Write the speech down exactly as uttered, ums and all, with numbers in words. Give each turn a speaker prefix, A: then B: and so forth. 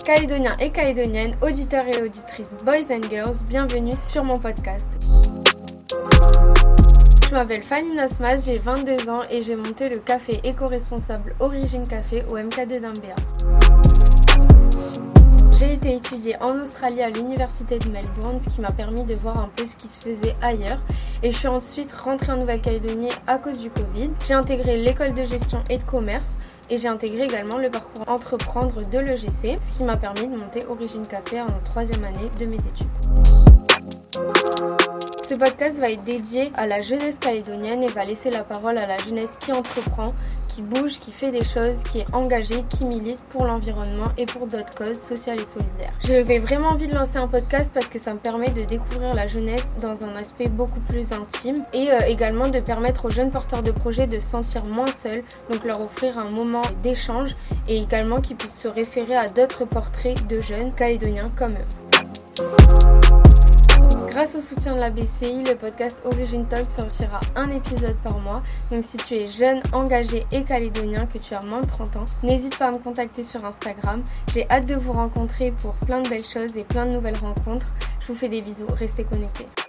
A: Calédoniens et Calédoniennes, auditeurs et auditrices, boys and girls, bienvenue sur mon podcast. Je m'appelle Fanny Nosmas, j'ai vingt-deux ans et j'ai monté le café éco-responsable Origine Café au M K D d'Umbéa. J'ai été étudier en Australie à l'université de Melbourne, ce qui m'a permis de voir un peu ce qui se faisait ailleurs. Et je suis ensuite rentrée en Nouvelle-Calédonie à cause du Covid. J'ai intégré l'école de gestion et de commerce et j'ai intégré également le parcours entreprendre de l'E G C, ce qui m'a permis de monter Origine Café en troisième année de mes études. Ce podcast va être dédié à la jeunesse calédonienne et va laisser la parole à la jeunesse qui entreprend, qui bouge, qui fait des choses, qui est engagée, qui milite pour l'environnement et pour d'autres causes sociales et solidaires. J'avais vraiment envie de lancer un podcast parce que ça me permet de découvrir la jeunesse dans un aspect beaucoup plus intime et euh, également de permettre aux jeunes porteurs de projets de se sentir moins seuls, donc leur offrir un moment d'échange et également qu'ils puissent se référer à d'autres portraits de jeunes calédoniens comme eux. Grâce au soutien de la B C I, le podcast Origine Talk sortira un épisode par mois. Donc si tu es jeune, engagé et calédonien, que tu as moins de trente ans, n'hésite pas à me contacter sur Instagram. J'ai hâte de vous rencontrer pour plein de belles choses et plein de nouvelles rencontres. Je vous fais des bisous, restez connectés.